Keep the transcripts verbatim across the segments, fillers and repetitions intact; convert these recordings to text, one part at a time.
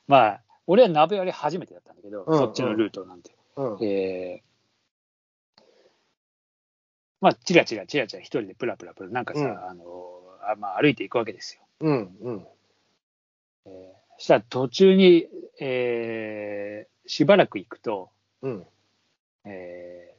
まあ、俺は鍋割り初めてだったんだけど、 うんうん、 そっちのルートなんて。 うん、 えー、まあ、チラチラチラチラ一人でプラプラプラ、なんかさ、うん、あのあまあ、歩いていくわけですよ。 うんうん。 えー、そしたら途中に、えー、しばらく行くと、 うん、 え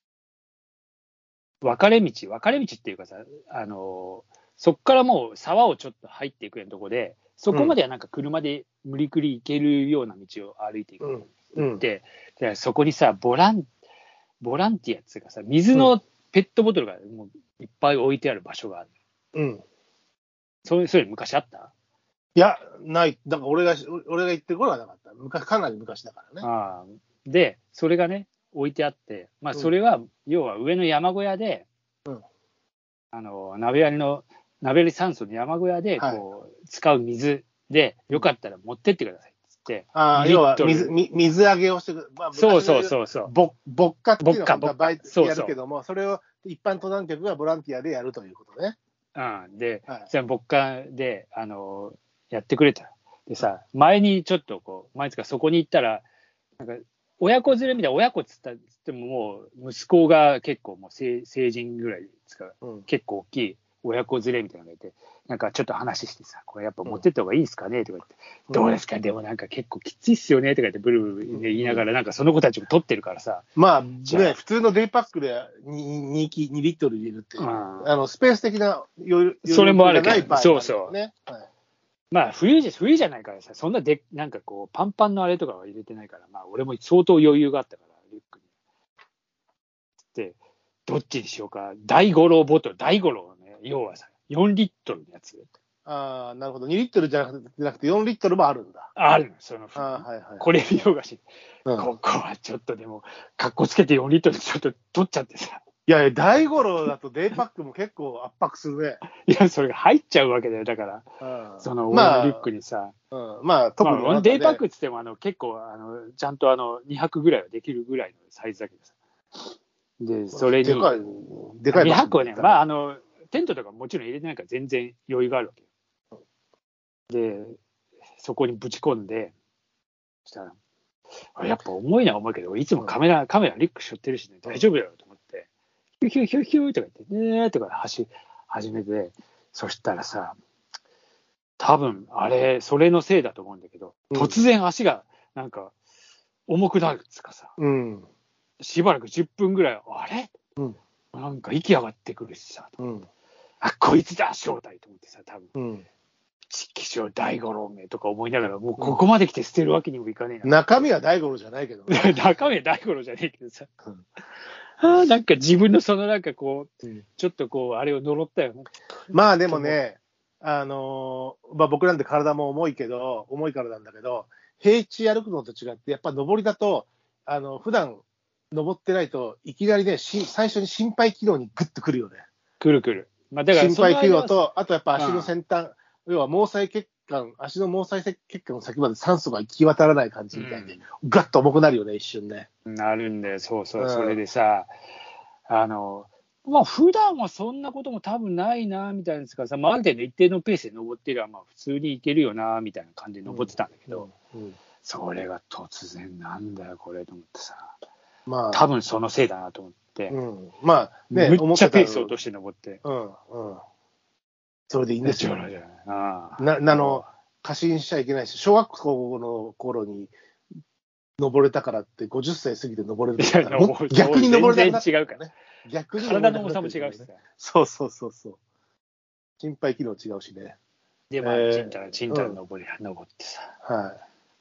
ー、分かれ道、分かれ道っていうかさ、あのそこからもう沢をちょっと入っていくようなとこで、そこまではなんか車で無理くり行けるような道を歩いていく、うんうん、行って、でそこにさ、ボラン、ボランティアっていうかさ、水のペットボトルがもういっぱい置いてある場所がある。 うん。 そういう、そういう昔あった？ いや、ない。だから俺が、俺が行ってる頃はなかった。昔、かなり昔だからね。 ああ。で、それがね、置いてあって、まあ、それは、うん、要は上の山小屋で、うん、あの、鍋割りの、鍋割り酸素の山小屋で、こう、はい、使う水で、よかったら持ってってくださいっつって。 ああ、要は水、水揚げをしてくる。まあ、 そうそうそうそう。 ぼ、牧歌っていうのは本当はバイトでやるけども、それを一般登山客がボランティアでやるということね。 うん。で、はい、それ牧歌で、あの、やってくれた。でさ、前にちょっとこう、前つかそこに行ったら、なんか、親子連れみたいな、親子っつったっつってももう、息子が結構もう成成人ぐらいですから、うん、結構大きい親子連れみたいなのがいて、なんかちょっと話してさ、これやっぱ持ってった方がいいですかねとか言って、うん、どうですか、でもなんか結構きついっすよねとか言って、ブルブル言いながら、なんかその子たちも取ってるからさ。 まあ、ね、普通のデイパックで 2, 2, 2リットル入れるって、うん、あのスペース的な余裕それもあるけど、 ね、 そうそう。はい、まあ冬じゃ、冬じゃないからさ、そんなで、なんかこう、パンパンのあれとかは入れてないから、まあ俺も相当余裕があったから、リュックに。で、どっちにしようか。大五郎ボトル、大五郎ね、要はさ、よんリットルのやつ。 ああ、なるほど。にリットルじゃなくてよんリットルもあるんだ。 あるの、その、 あ、はいはい、 これ見ようがし、うん、ここはちょっとでも、かっこつけてよんリットルちょっと取っちゃってさ。 いやいや、大五郎だとデイパックも結構圧迫するね。 いや、それが入っちゃうわけだよ、だから。うん、その、俺のリュックにさ。 まあ、うん、まあ、特に、 まあ、デイパックって言っても、あの、結構、あの、ちゃんとあの、にはくぐらいはできるぐらいのサイズだけどさ。で、それに。でかい、でかい。にはくはね、まあ、あの、テントとかもちろん入れてないから全然余裕があるわけよ。で、そこにぶち込んで、そしたら、やっぱ重いな重いけど、いつもカメラ、カメラリュック背負ってるしね、大丈夫だよと思って、ヒューヒューヒューヒューとか言って、ねーとか走始めて、そしたらさ、多分、あれ、それのせいだと思うんだけど、突然足が、なんか、重くなるっつかさ、うん、しばらくじゅっぷんぐらい、あれ、うん、なんか息上がってくるしさ、うん、あ、こいつだ、正体と思ってさ、多分。うんちきしょう大五郎めとか思いながら、もうここまで来て捨てるわけにもいかねえな。中身は大五郎じゃないけど、 ね、中身は大五郎じゃねえけどさ。うん、あなんか自分のそのなんかこう、うん、ちょっとこう、あれを呪ったよね。 まあでもね、あのー、まあ僕なんて体も重いけど、重いからなんだけど、平地歩くのと違って、やっぱ登りだと、あの、普段登ってないといきなりね、し最初に心肺機能にグッとくるよね。 くるくる。まあだから心肺機能と、あとやっぱ足の先端、うん、要は毛細血管、足の毛細血管の先まで酸素が行き渡らない感じみたいで、うん、ガッと重くなるよね、一瞬ね。 なるんだよ、そうそう、うん、それでさ、あの、まあ普段はそんなことも多分ないな、みたいなんですからさ、まあ、ある程度一定のペースで登ってりゃ、まあ普通に行けるよな、みたいな感じで登ってたんだけど、うんうんうん、それが突然なんだよ、これと思ってさ、まあ、多分そのせいだなと思って、 うん、まあ、 ね、むっちゃペース落として登って。 うんうんそれでいいんですよ。あな、あの、過信しちゃいけないし、小学校の頃に登れたからってごじゅっさい過ぎて登れるから、逆に登れなくなった、ね。 全然違うからね。 逆に体の重さも違うしさ。 そうそうそうそう。心肺機能違うしね。 で、まあ、ちんたらちんたら登り、登ってさ。はい。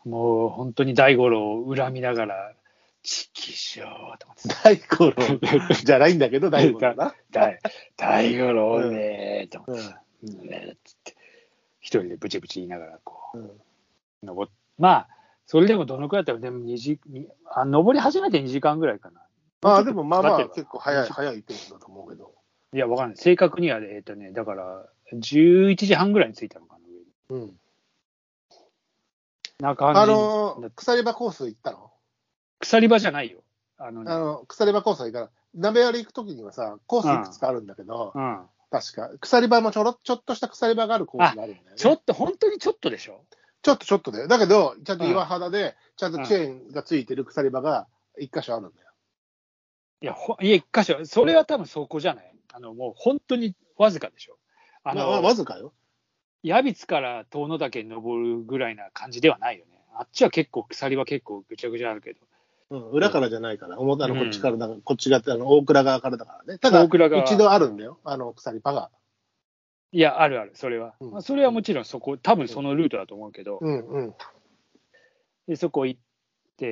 もう本当に大五郎を恨みながら、ちきしょうと思って。 大五郎じゃないんだけど、大五郎な。 大, 大五郎ねーと思ってさ。うんね、つって一人でブチブチ言いながらこう、うん、登っまあそれでもどのくらいだったらでもにじあ登り始めてにじかんぐらいかな。 ああでもまあまあ結構早い早いペースだと思うけど。 いやわかんない正確にはえっ、ー、とねだからじゅういちじはんぐらいに着いたのかな。うん。な感じ。 あのー、鎖場コース行ったの？ 鎖場じゃないよ。あの、ね、 あの鎖場コースは行かない。鍋割り行くときにはさコースいくつかあるんだけど。うんうん確か。鎖場もちょろ、ちょっとした鎖場があるコースがあるんだよね。 ちょっと、本当にちょっとでしょ？ ちょっとちょっとだよ。だけど、ちゃんと岩肌で、ちゃんとチェーンがついてる鎖場が一箇所あるんだよ。 いや、ほいや、一箇所。それは多分そこじゃない。あの、もう本当にわずかでしょ。あの、 まあ、わずかよ。 矢光から遠野岳に登るぐらいな感じではないよね。あっちは結構、鎖は結構ぐちゃぐちゃあるけど。 うん、裏からじゃないから、表のこっちからだから、うん、こっちがあの大倉側からだからね。ただ、一度あるんだよ、あの鎖場が。 いや、あるある、それは。うん、まあ、それはもちろんそこ、多分そのルートだと思うけど、 うんうん、 でそこ行って、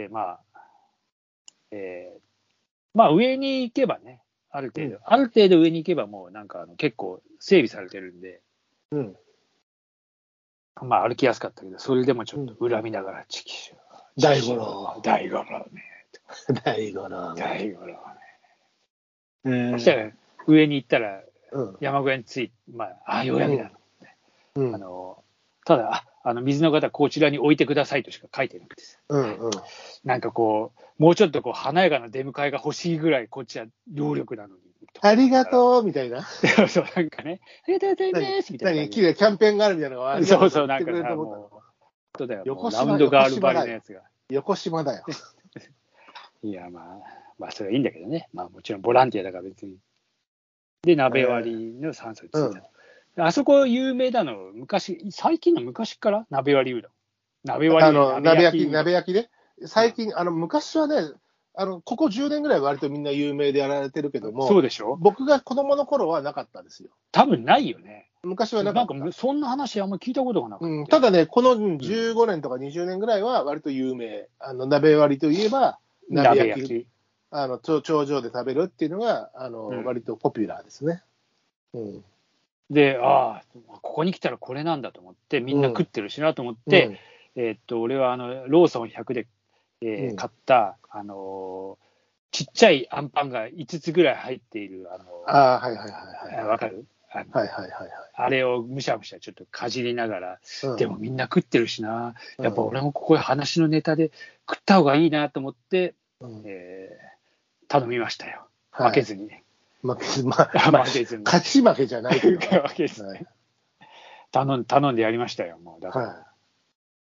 まあ、えー、まあ上に行けばね、ある程度、うん、ある程度上に行けばもうなんかあの結構整備されてるんで、 うん、 まあ歩きやすかったけど、それでもちょっと恨みながら、チキシュ大五郎。 大五郎ね。 大五郎。 大五郎ね。 えー、 そしたら上に行ったら、山小屋に着いて、まあ、ああ、ようやくだな、うん、あの。ただ、あ、あの水の方こちらに置いてくださいとしか書いてなくてさ、 うんうん、 なんかこう、もうちょっとこう華やかな出迎えが欲しいぐらい、こっちは労力なのに。 ありがとうみたいな。 そう、なんかね、ありがとうございますみたいな。 何、キャンペーンがあるみたいなのがある。 そうそう、なんかさ、もう、そうだよ、横島ラウンドガールバリのやつが。 横島だよ。 いや、まあ、まあ、それはいいんだけどね。まあ、もちろんボランティアだから別に。で、鍋割りの酸素についた、えーうん。あそこ有名なの、昔、最近の昔から鍋割りうどん。鍋割りあの鍋焼き、鍋焼きで。最近、あの、昔はね、あの、ここじゅうねんぐらいは割とみんな有名でやられてるけども、 そうでしょ？ 僕が子供の頃はなかったですよ。 多分ないよね。 昔はなかった。 なんか、そんな話あんま聞いたことがなかった。 うん、ただね、このじゅうごねんとかにじゅうねんぐらいは割と有名。あの、鍋割りといえば、鍋焼き。鍋焼きあの、頂上で食べるっていうのが、あの、うん、割とポピュラーですね。うん。 で、ああ、ここに来たらこれなんだと思って、みんな食ってるしなと思って、うん、えー、っと、俺はあの、ローソンひゃくで、えーうん、買った、あのー、ちっちゃいあんパンがいつつぐらい入っている、あのー、 ああ、はいはいはいはい。 わかる？ はいはいはいはい。 あれをむしゃむしゃちょっとかじりながら、うん、でもみんな食ってるしな、やっぱ俺もここで話のネタで食った方がいいなと思って、うん、えー、頼みましたよ。負けずに。 はい、負けず、まあ、負けずに。勝ち負けじゃないけど。 負けずに、はい。頼ん、頼んでやりましたよ、もう。だから。はい、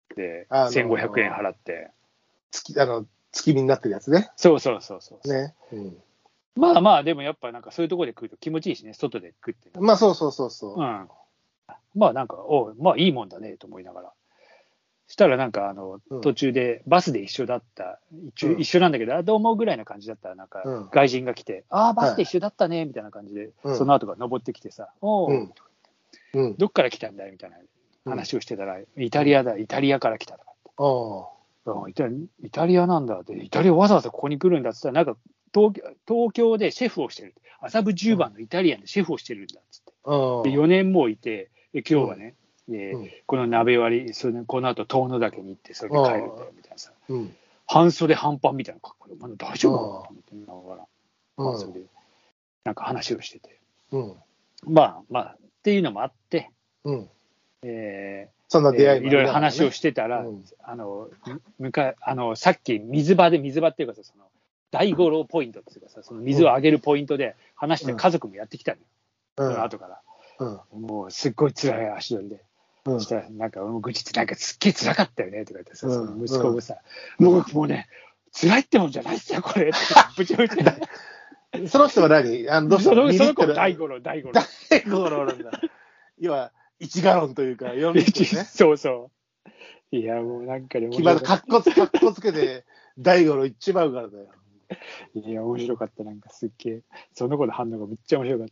で、あのー、せんごひゃくえん払って。 月、あの、月見になってるやつね。 そうそうそうそう。 ね。うん、 まあまあ、でもやっぱなんかそういうところで食うと気持ちいいしね、外で食って。 まあそうそうそうそう。 うん。まあなんか、おまあいいもんだねと思いながら。したらなんかあの、うん、途中でバスで一緒だった、一, 一緒なんだけど、うん、どうもぐらいな感じだったら、なんか外人が来て、うん、ああ、バスで一緒だったねみたいな感じで、はい、その後が登ってきてさ、おう、うん、どっから来たんだいみたいな話をしてたら、イタリアだ、イタリアから来たとかって。イタリイタリアなんだって、イタリアわざわざここに来るんだって言ったら、なんか東京、東京でシェフをしてる。麻布十番のイタリアンでシェフをしてるんだっつって。でよねんもいて、で今日はね、うんえーうん、この鍋割り、それこの後遠野岳に行って、それで帰るんだよみたいなさ、うん、半袖半パンみたいな格好で、まだ大丈夫かなと思って見ながら、半袖でなんか話をしてて、うん、まあまあっていうのもあって、うんえー、 そんな出会いも、 ね、いろいろ話をしてたら、うん、あのむかあのさっき水場で水場っていうかさ、その大五郎ポイントっていうかさ、その水をあげるポイントで話して家族もやってきたのよ、うん、その後から、うん、もうすっごい辛い足取りで。うん、そしたらなんか愚痴ってなんかすっげえ辛かったよねとか言ってさ、うん、その息子もさ、うん、もうもうね辛いってもんじゃないっすよこれってブチブチその人は何あのどうしたの？ その子大五郎大五郎大五郎なんだ。要は一ガロンというかよんリットルね。 そうそう。いやもうなんかでもかっこつかっこつけて大五郎一番からだよ。 いや面白かった、なんかすっげえその子の反応がめっちゃ面白かった。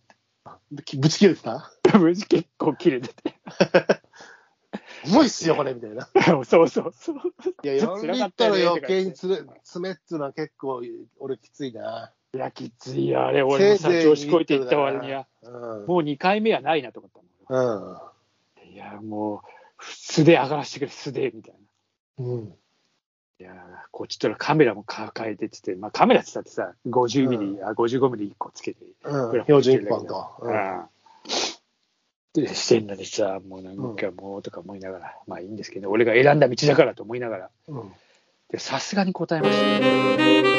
ぶち切れてた？ ぶち結構切れてて。 重いっすよ、これ、みたいな。 そうそうそう。 いや、よんリットル余計につれ詰めっつうのは結構、俺きついな。 いや、きついや、あれ、俺もさ、調子こいていった割には、うん、もうにかいめはないなと思ったもん。うん、いや、もう、素で上がらせてくれ、素で、みたいな。うん。いや、こっちとらカメラも抱えてってて、まあカメラって言ったってさ、ごじゅうミリ、うん、あごじゅうごミリいっこつけて、 うん、標準いっぽんと。 うん。でしてんのにさ、もうなんかもうとか思いながら、うん、まあいいんですけど、俺が選んだ道だからと思いながら、さすがに答えましたね。